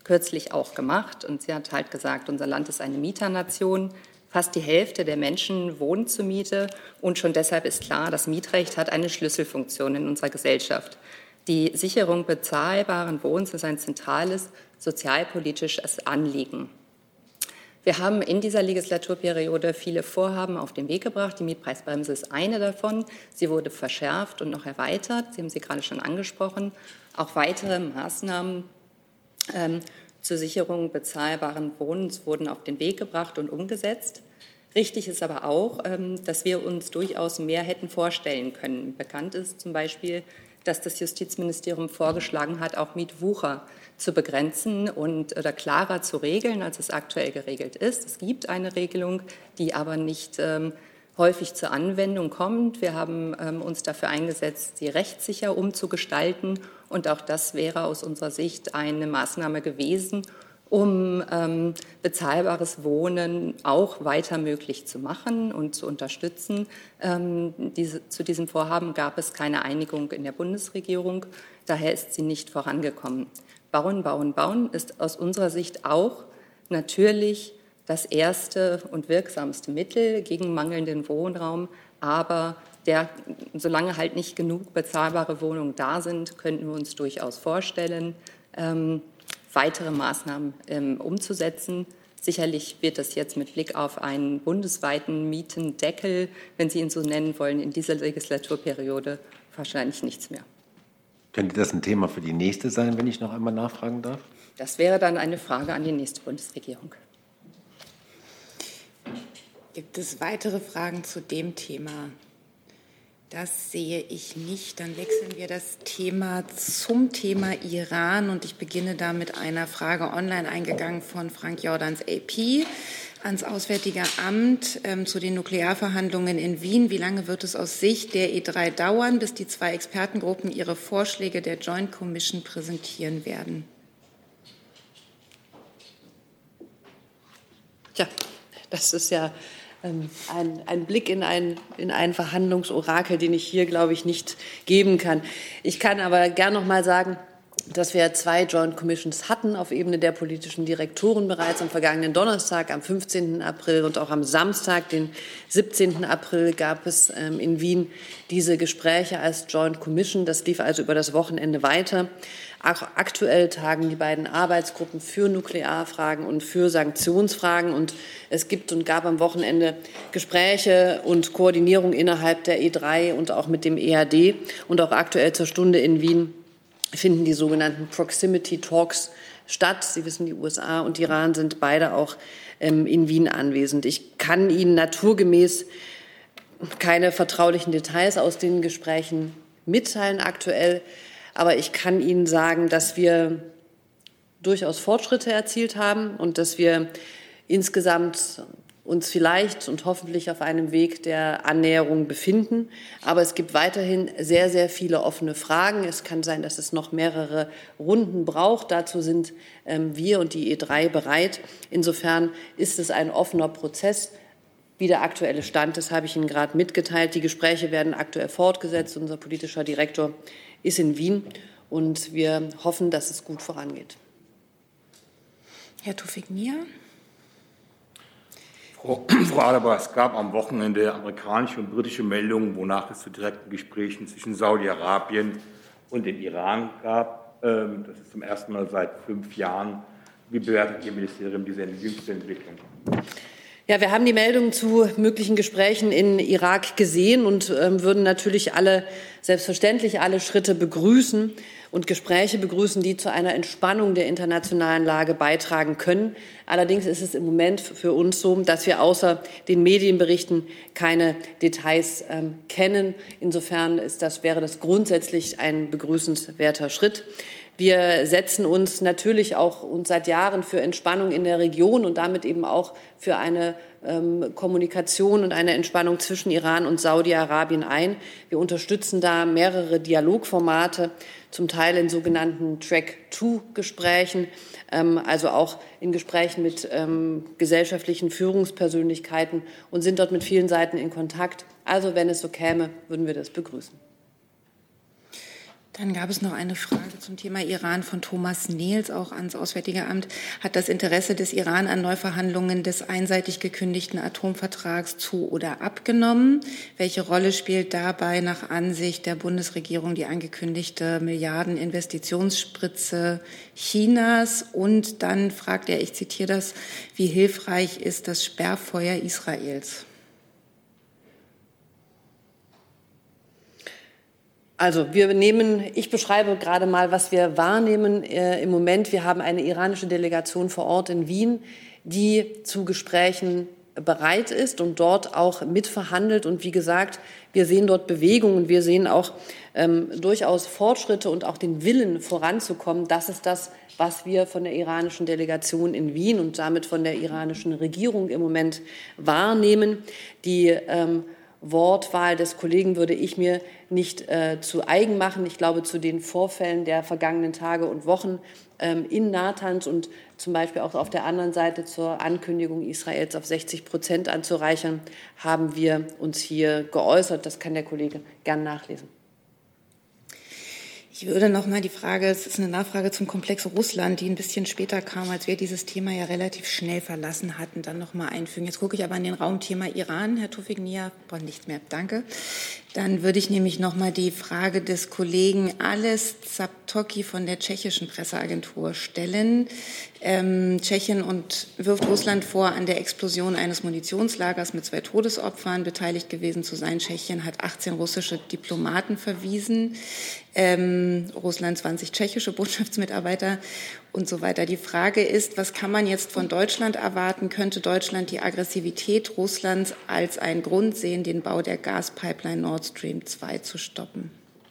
kürzlich auch gemacht. Und sie hat halt gesagt, unser Land ist eine Mieternation. Fast die Hälfte der Menschen wohnt zur Miete. Und schon deshalb ist klar, das Mietrecht hat eine Schlüsselfunktion in unserer Gesellschaft. Die Sicherung bezahlbaren Wohnens ist ein zentrales sozialpolitisches Anliegen. Wir haben in dieser Legislaturperiode viele Vorhaben auf den Weg gebracht. Die Mietpreisbremse ist eine davon. Sie wurde verschärft und noch erweitert. Sie haben sie gerade schon angesprochen. Auch weitere Maßnahmen zur Sicherung bezahlbaren Wohnens wurden auf den Weg gebracht und umgesetzt. Richtig ist aber auch, dass wir uns durchaus mehr hätten vorstellen können. Bekannt ist zum Beispiel, dass das Justizministerium vorgeschlagen hat, auch Mietwucher zu begrenzen oder klarer zu regeln, als es aktuell geregelt ist. Es gibt eine Regelung, die aber nicht häufig zur Anwendung kommt. Wir haben uns dafür eingesetzt, sie rechtssicher umzugestalten. Und auch das wäre aus unserer Sicht eine Maßnahme gewesen, um bezahlbares Wohnen auch weiter möglich zu machen und zu unterstützen. Zu diesem Vorhaben gab es keine Einigung in der Bundesregierung. Daher ist sie nicht vorangekommen. Bauen, bauen, bauen ist aus unserer Sicht auch natürlich das erste und wirksamste Mittel gegen mangelnden Wohnraum. Aber solange halt nicht genug bezahlbare Wohnungen da sind, könnten wir uns durchaus vorstellen, weitere Maßnahmen umzusetzen. Sicherlich wird das jetzt mit Blick auf einen bundesweiten Mietendeckel, wenn Sie ihn so nennen wollen, in dieser Legislaturperiode wahrscheinlich nichts mehr. Könnte das ein Thema für die nächste sein, wenn ich noch einmal nachfragen darf? Das wäre dann eine Frage an die nächste Bundesregierung. Gibt es weitere Fragen zu dem Thema? Das sehe ich nicht. Dann wechseln wir das Thema zum Thema Iran. Und ich beginne da mit einer Frage online eingegangen von Frank Jordans AP ans Auswärtige Amt zu den Nuklearverhandlungen in Wien. Wie lange wird es aus Sicht der E3 dauern, bis die 2 Expertengruppen ihre Vorschläge der Joint Commission präsentieren werden? Tja, das ist ja ein Blick in ein Verhandlungsorakel, den ich hier, glaube ich, nicht geben kann. Ich kann aber gern noch mal sagen, dass wir 2 Joint Commissions hatten auf Ebene der politischen Direktoren bereits am vergangenen Donnerstag, am 15. April und auch am Samstag, den 17. April, gab es in Wien diese Gespräche als Joint Commission. Das lief also über das Wochenende weiter. Auch aktuell tagen die beiden Arbeitsgruppen für Nuklearfragen und für Sanktionsfragen. Und es gibt und gab am Wochenende Gespräche und Koordinierung innerhalb der E3 und auch mit dem EAD. Und auch aktuell zur Stunde in Wien finden die sogenannten Proximity Talks statt. Sie wissen, die USA und Iran sind beide auch in Wien anwesend. Ich kann Ihnen naturgemäß keine vertraulichen Details aus den Gesprächen mitteilen aktuell, aber ich kann Ihnen sagen, dass wir durchaus Fortschritte erzielt haben und dass wir insgesamt uns vielleicht und hoffentlich auf einem Weg der Annäherung befinden. Aber es gibt weiterhin sehr, sehr viele offene Fragen. Es kann sein, dass es noch mehrere Runden braucht. Dazu sind wir und die E3 bereit. Insofern ist es ein offener Prozess. Wie der aktuelle Stand ist, habe ich Ihnen gerade mitgeteilt. Die Gespräche werden aktuell fortgesetzt. Unser politischer Direktor ist in Wien und wir hoffen, dass es gut vorangeht. Herr Tufik-Nia. Frau Adebar, es gab am Wochenende amerikanische und britische Meldungen, wonach es zu direkten Gesprächen zwischen Saudi-Arabien und dem Iran gab. Das ist zum ersten Mal seit 5 Jahren. Wie bewertet Ihr Ministerium diese jüngste Entwicklung? Ja, wir haben die Meldungen zu möglichen Gesprächen in Irak gesehen und würden natürlich selbstverständlich alle Schritte begrüßen und Gespräche begrüßen, die zu einer Entspannung der internationalen Lage beitragen können. Allerdings ist es im Moment für uns so, dass wir außer den Medienberichten keine Details kennen. Insofern wäre das grundsätzlich ein begrüßenswerter Schritt. Wir setzen uns natürlich auch seit Jahren für Entspannung in der Region und damit eben auch für eine Kommunikation und eine Entspannung zwischen Iran und Saudi-Arabien ein. Wir unterstützen da mehrere Dialogformate, zum Teil in sogenannten Track-2-Gesprächen, also auch in Gesprächen mit gesellschaftlichen Führungspersönlichkeiten und sind dort mit vielen Seiten in Kontakt. Also wenn es so käme, würden wir das begrüßen. Dann gab es noch eine Frage zum Thema Iran von Thomas Nehls, auch ans Auswärtige Amt. Hat das Interesse des Iran an Neuverhandlungen des einseitig gekündigten Atomvertrags zu- oder abgenommen? Welche Rolle spielt dabei nach Ansicht der Bundesregierung die angekündigte Milliarden-Investitionsspritze Chinas? Und dann fragt er, ich zitiere das, wie hilfreich ist das Sperrfeuer Israels? Also ich beschreibe gerade mal, was wir wahrnehmen im Moment. Wir haben eine iranische Delegation vor Ort in Wien, die zu Gesprächen bereit ist und dort auch mitverhandelt. Und wie gesagt, wir sehen dort Bewegungen, wir sehen auch durchaus Fortschritte und auch den Willen voranzukommen. Das ist das, was wir von der iranischen Delegation in Wien und damit von der iranischen Regierung im Moment wahrnehmen. Die Wortwahl des Kollegen würde ich mir nicht zu eigen machen. Ich glaube, zu den Vorfällen der vergangenen Tage und Wochen in Natanz und zum Beispiel auch auf der anderen Seite zur Ankündigung Israels auf 60% anzureichern, haben wir uns hier geäußert. Das kann der Kollege gern nachlesen. Ich würde noch mal die Frage, es ist eine Nachfrage zum Komplex Russland, die ein bisschen später kam, als wir dieses Thema ja relativ schnell verlassen hatten, dann noch mal einfügen. Jetzt gucke ich aber an den Raumthema Iran, Herr Tawfik-Nia, nichts mehr, danke. Dann würde ich nämlich noch mal die Frage des Kollegen Ales Zaptoki von der tschechischen Presseagentur stellen. Tschechien wirft Russland vor, an der Explosion eines Munitionslagers mit 2 Todesopfern beteiligt gewesen zu sein. Tschechien hat 18 russische Diplomaten verwiesen, Russland 20 tschechische Botschaftsmitarbeiter und so weiter. Die Frage ist, was kann man jetzt von Deutschland erwarten? Könnte Deutschland die Aggressivität Russlands als einen Grund sehen, den Bau der Gaspipeline Nord Stream 2 zu stoppen?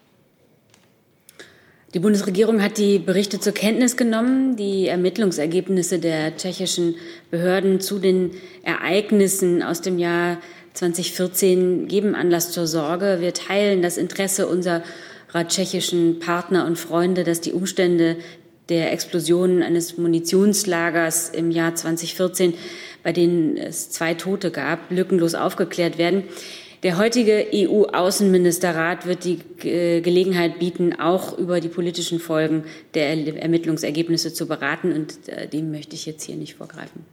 Die Bundesregierung hat die Berichte zur Kenntnis genommen. Die Ermittlungsergebnisse der tschechischen Behörden zu den Ereignissen aus dem Jahr 2014 geben Anlass zur Sorge. Wir teilen das Interesse unserer tschechischen Partner und Freunde, dass die Umstände der Explosion eines Munitionslagers im Jahr 2014, bei denen es 2 Tote gab, lückenlos aufgeklärt werden. Der heutige EU-Außenministerrat wird die Gelegenheit bieten, auch über die politischen Folgen der Ermittlungsergebnisse zu beraten. Und dem möchte ich jetzt hier nicht vorgreifen.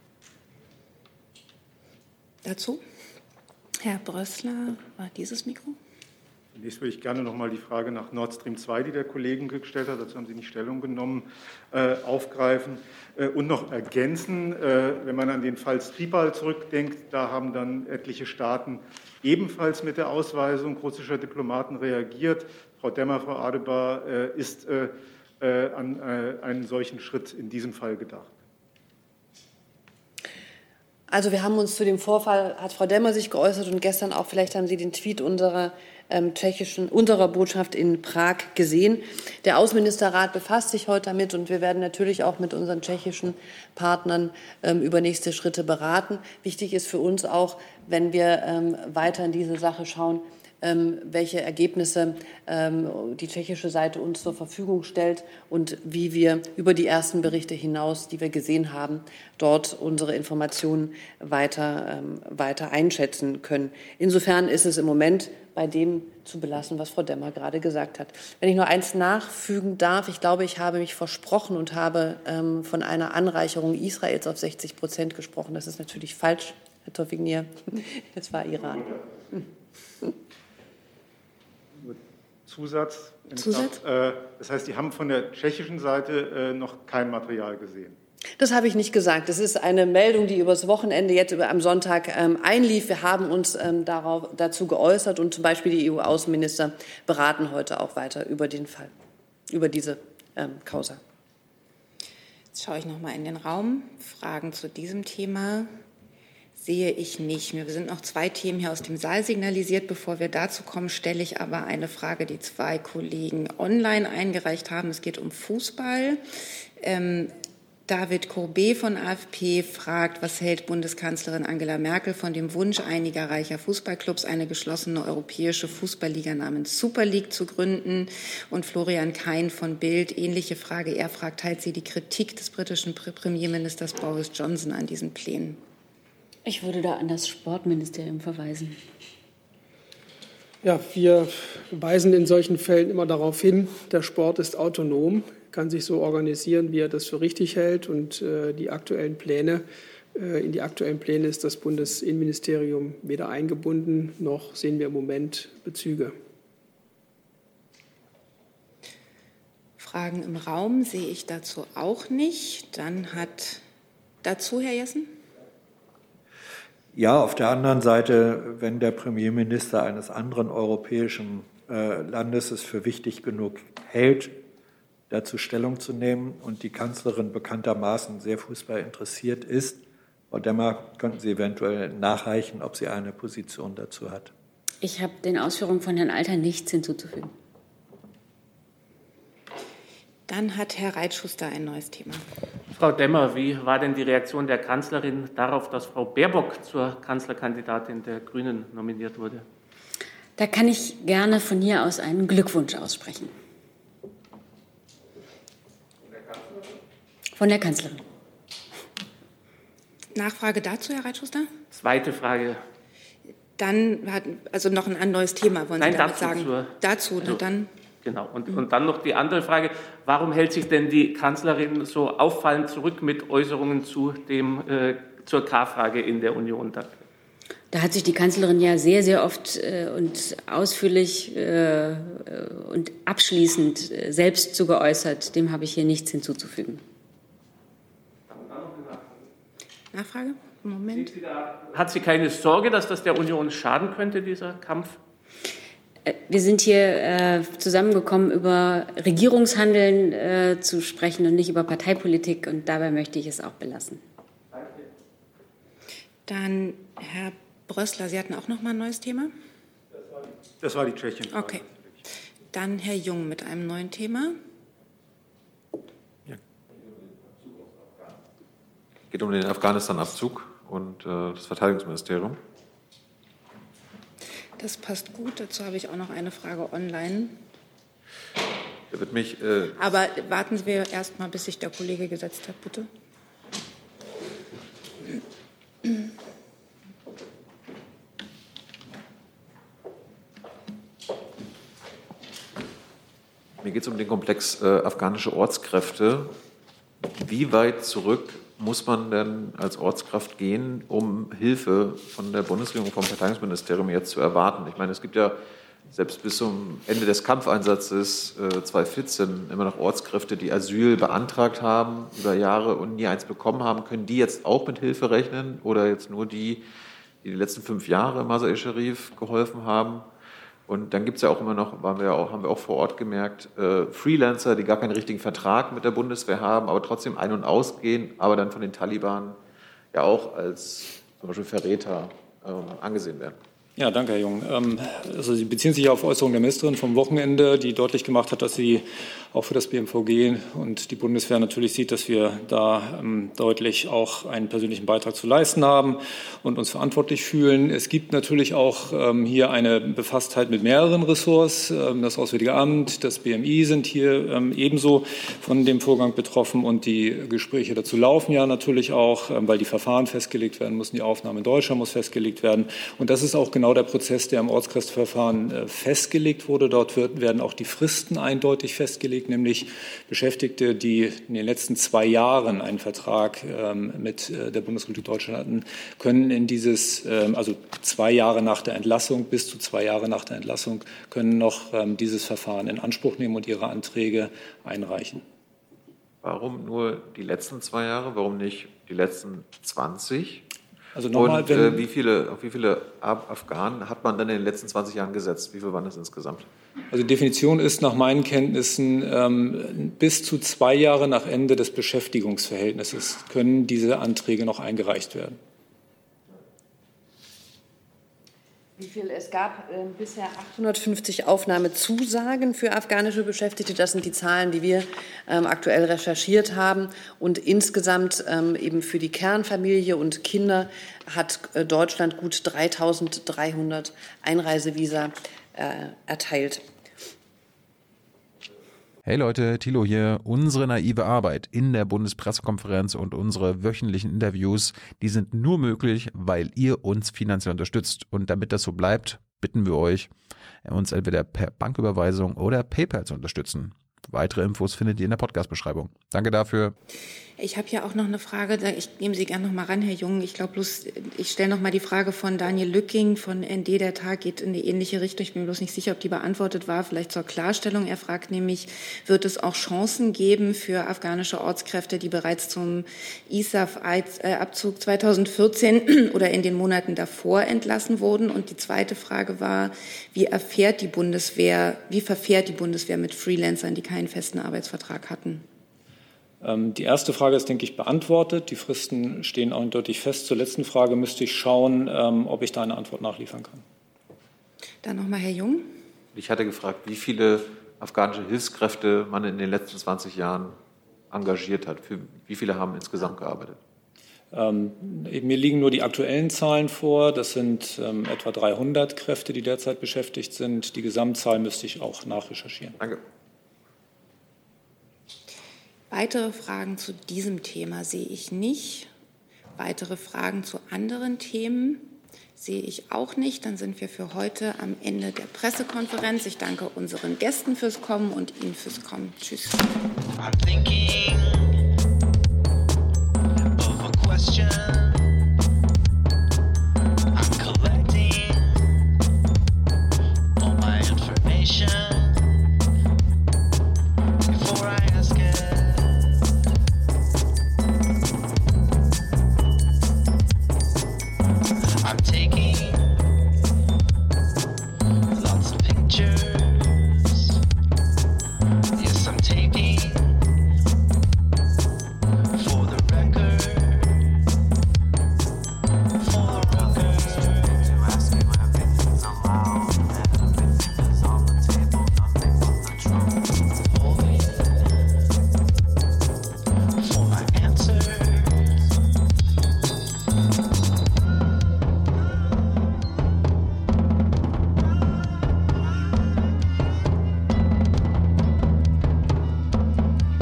Dazu? Herr Brössler, war dieses Mikro? Zunächst würde ich gerne noch mal die Frage nach Nord Stream 2, die der Kollege gestellt hat, dazu haben Sie nicht Stellung genommen, aufgreifen und noch ergänzen. Wenn man an den Fall Skripal zurückdenkt, da haben dann etliche Staaten ebenfalls mit der Ausweisung russischer Diplomaten reagiert. Frau Demmer, Frau Adebar, ist an einen solchen Schritt in diesem Fall gedacht? Also wir haben uns zu dem Vorfall, hat Frau Demmer sich geäußert und gestern auch, vielleicht haben Sie den Tweet unserer Botschaft in Prag gesehen. Der Außenministerrat befasst sich heute damit und wir werden natürlich auch mit unseren tschechischen Partnern über nächste Schritte beraten. Wichtig ist für uns auch, wenn wir weiter in diese Sache schauen, welche Ergebnisse die tschechische Seite uns zur Verfügung stellt und wie wir über die ersten Berichte hinaus, die wir gesehen haben, dort unsere Informationen weiter einschätzen können. Insofern ist es im Moment bei dem zu belassen, was Frau Demmer gerade gesagt hat. Wenn ich noch eins nachfügen darf, ich glaube, ich habe mich versprochen und habe von einer Anreicherung Israels auf 60% gesprochen. Das ist natürlich falsch, Herr Tawfik-Nia. Es war Iran. Zusatz? Das heißt, Sie haben von der tschechischen Seite noch kein Material gesehen? Das habe ich nicht gesagt. Das ist eine Meldung, die übers Wochenende jetzt am Sonntag einlief. Wir haben uns dazu geäußert und zum Beispiel die EU-Außenminister beraten heute auch weiter über den Fall, über diese Causa. Jetzt schaue ich noch mal in den Raum. Fragen zu diesem Thema sehe ich nicht. Mir sind noch 2 Themen hier aus dem Saal signalisiert. Bevor wir dazu kommen, stelle ich aber eine Frage, die 2 Kollegen online eingereicht haben. Es geht um Fußball. David Courbet von AfP fragt, was hält Bundeskanzlerin Angela Merkel von dem Wunsch einiger reicher Fußballclubs, eine geschlossene europäische Fußballliga namens Super League zu gründen? Und Florian Kein von Bild, ähnliche Frage. Er fragt, teilt sie die Kritik des britischen Premierministers Boris Johnson an diesen Plänen? Ich würde da an das Sportministerium verweisen. Ja, wir weisen in solchen Fällen immer darauf hin, der Sport ist autonom, kann sich so organisieren, wie er das für richtig hält. Und in die aktuellen Pläne ist das Bundesinnenministerium weder eingebunden, noch sehen wir im Moment Bezüge. Fragen im Raum sehe ich dazu auch nicht. Dann hat dazu Herr Jessen. Ja, auf der anderen Seite, wenn der Premierminister eines anderen europäischen Landes es für wichtig genug hält, dazu Stellung zu nehmen und die Kanzlerin bekanntermaßen sehr Fußball interessiert ist, Frau Demmer, könnten Sie eventuell nachreichen, ob sie eine Position dazu hat? Ich habe den Ausführungen von Herrn Alter nichts hinzuzufügen. Dann hat Herr Reitschuster ein neues Thema. Frau Demmer, wie war denn die Reaktion der Kanzlerin darauf, dass Frau Baerbock zur Kanzlerkandidatin der Grünen nominiert wurde? Da kann ich gerne von hier aus einen Glückwunsch aussprechen. Von der Kanzlerin. Nachfrage dazu, Herr Reitschuster? Zweite Frage. Dann also noch ein neues Thema, wollen Sie damit sagen? Dazu, dann. Genau. Und dann noch die andere Frage. Warum hält sich denn die Kanzlerin so auffallend zurück mit Äußerungen zur K-Frage in der Union? Da hat sich die Kanzlerin ja sehr, sehr oft und ausführlich und abschließend selbst zu geäußert. Dem habe ich hier nichts hinzuzufügen. Nachfrage? Moment. Hat sie keine Sorge, dass das der Union schaden könnte, dieser Kampf? Wir sind hier zusammengekommen, über Regierungshandeln zu sprechen und nicht über Parteipolitik. Und dabei möchte ich es auch belassen. Dann Herr Brössler, Sie hatten auch noch mal ein neues Thema? Das war die Tschechien. Okay. Dann Herr Jung mit einem neuen Thema. Es geht um den Afghanistan-Abzug und das Verteidigungsministerium. Das passt gut. Dazu habe ich auch noch eine Frage online. Aber warten wir erst mal, bis sich der Kollege gesetzt hat, bitte. Mir geht es um den Komplex afghanische Ortskräfte. Wie weit zurück muss man denn als Ortskraft gehen, um Hilfe von der Bundesregierung, vom Verteidigungsministerium jetzt zu erwarten? Ich meine, es gibt ja selbst bis zum Ende des Kampfeinsatzes 2014 immer noch Ortskräfte, die Asyl beantragt haben über Jahre und nie eins bekommen haben. Können die jetzt auch mit Hilfe rechnen oder jetzt nur die letzten 5 Jahre Mazar-e-Sharif geholfen haben? Und dann gibt es ja auch immer noch, haben wir auch vor Ort gemerkt, Freelancer, die gar keinen richtigen Vertrag mit der Bundeswehr haben, aber trotzdem ein- und ausgehen, aber dann von den Taliban ja auch als zum Beispiel Verräter angesehen werden. Ja, danke, Herr Jung. Also Sie beziehen sich auf Äußerungen der Ministerin vom Wochenende, die deutlich gemacht hat, dass sie auch für das BMVG und die Bundeswehr natürlich sieht, dass wir da deutlich auch einen persönlichen Beitrag zu leisten haben und uns verantwortlich fühlen. Es gibt natürlich auch hier eine Befasstheit mit mehreren Ressorts. Das Auswärtige Amt, das BMI sind hier ebenso von dem Vorgang betroffen und die Gespräche dazu laufen ja natürlich auch, weil die Verfahren festgelegt werden müssen. Die Aufnahme in Deutschland muss festgelegt werden. Und das ist auch genau der Prozess, der im Ortskräfteverfahren festgelegt wurde. Dort werden auch die Fristen eindeutig festgelegt, nämlich Beschäftigte, die in den letzten 2 Jahren einen Vertrag mit der Bundesrepublik Deutschland hatten, können in dieses, also 2 Jahre nach der Entlassung, bis zu 2 Jahre nach der Entlassung, können noch dieses Verfahren in Anspruch nehmen und ihre Anträge einreichen. Warum nur die letzten 2 Jahre? Warum nicht die letzten 20? Also nochmal, und auf wie viele Afghanen hat man dann in den letzten 20 Jahren gesetzt? Wie viel waren das insgesamt? Also die Definition ist nach meinen Kenntnissen, bis zu 2 Jahre nach Ende des Beschäftigungsverhältnisses können diese Anträge noch eingereicht werden. Es gab bisher 850 Aufnahmezusagen für afghanische Beschäftigte. Das sind die Zahlen, die wir aktuell recherchiert haben. Und insgesamt eben für die Kernfamilie und Kinder hat Deutschland gut 3.300 Einreisevisa erteilt. Hey Leute, Thilo hier. Unsere naive Arbeit in der Bundespressekonferenz und unsere wöchentlichen Interviews, die sind nur möglich, weil ihr uns finanziell unterstützt. Und damit das so bleibt, bitten wir euch, uns entweder per Banküberweisung oder PayPal zu unterstützen. Weitere Infos findet ihr in der Podcast-Beschreibung. Danke dafür. Ich habe ja auch noch eine Frage, ich nehme Sie gerne noch mal ran, Herr Jung. Ich glaube bloß, ich stelle noch mal die Frage von Daniel Lücking von ND, der Tag geht in die ähnliche Richtung. Ich bin mir bloß nicht sicher, ob die beantwortet war. Vielleicht zur Klarstellung. Er fragt nämlich, wird es auch Chancen geben für afghanische Ortskräfte, die bereits zum ISAF-Abzug 2014 oder in den Monaten davor entlassen wurden? Und die zweite Frage war, wie verfährt die Bundeswehr mit Freelancern, die keinen festen Arbeitsvertrag hatten? Die erste Frage ist, denke ich, beantwortet. Die Fristen stehen eindeutig fest. Zur letzten Frage müsste ich schauen, ob ich da eine Antwort nachliefern kann. Dann nochmal Herr Jung. Ich hatte gefragt, wie viele afghanische Hilfskräfte man in den letzten 20 Jahren engagiert hat. Für wie viele haben insgesamt gearbeitet? Mir liegen nur die aktuellen Zahlen vor. Das sind etwa 300 Kräfte, die derzeit beschäftigt sind. Die Gesamtzahl müsste ich auch nachrecherchieren. Danke. Weitere Fragen zu diesem Thema sehe ich nicht. Weitere Fragen zu anderen Themen sehe ich auch nicht. Dann sind wir für heute am Ende der Pressekonferenz. Ich danke unseren Gästen fürs Kommen und Ihnen fürs Kommen. Tschüss. I'm thinking of a question.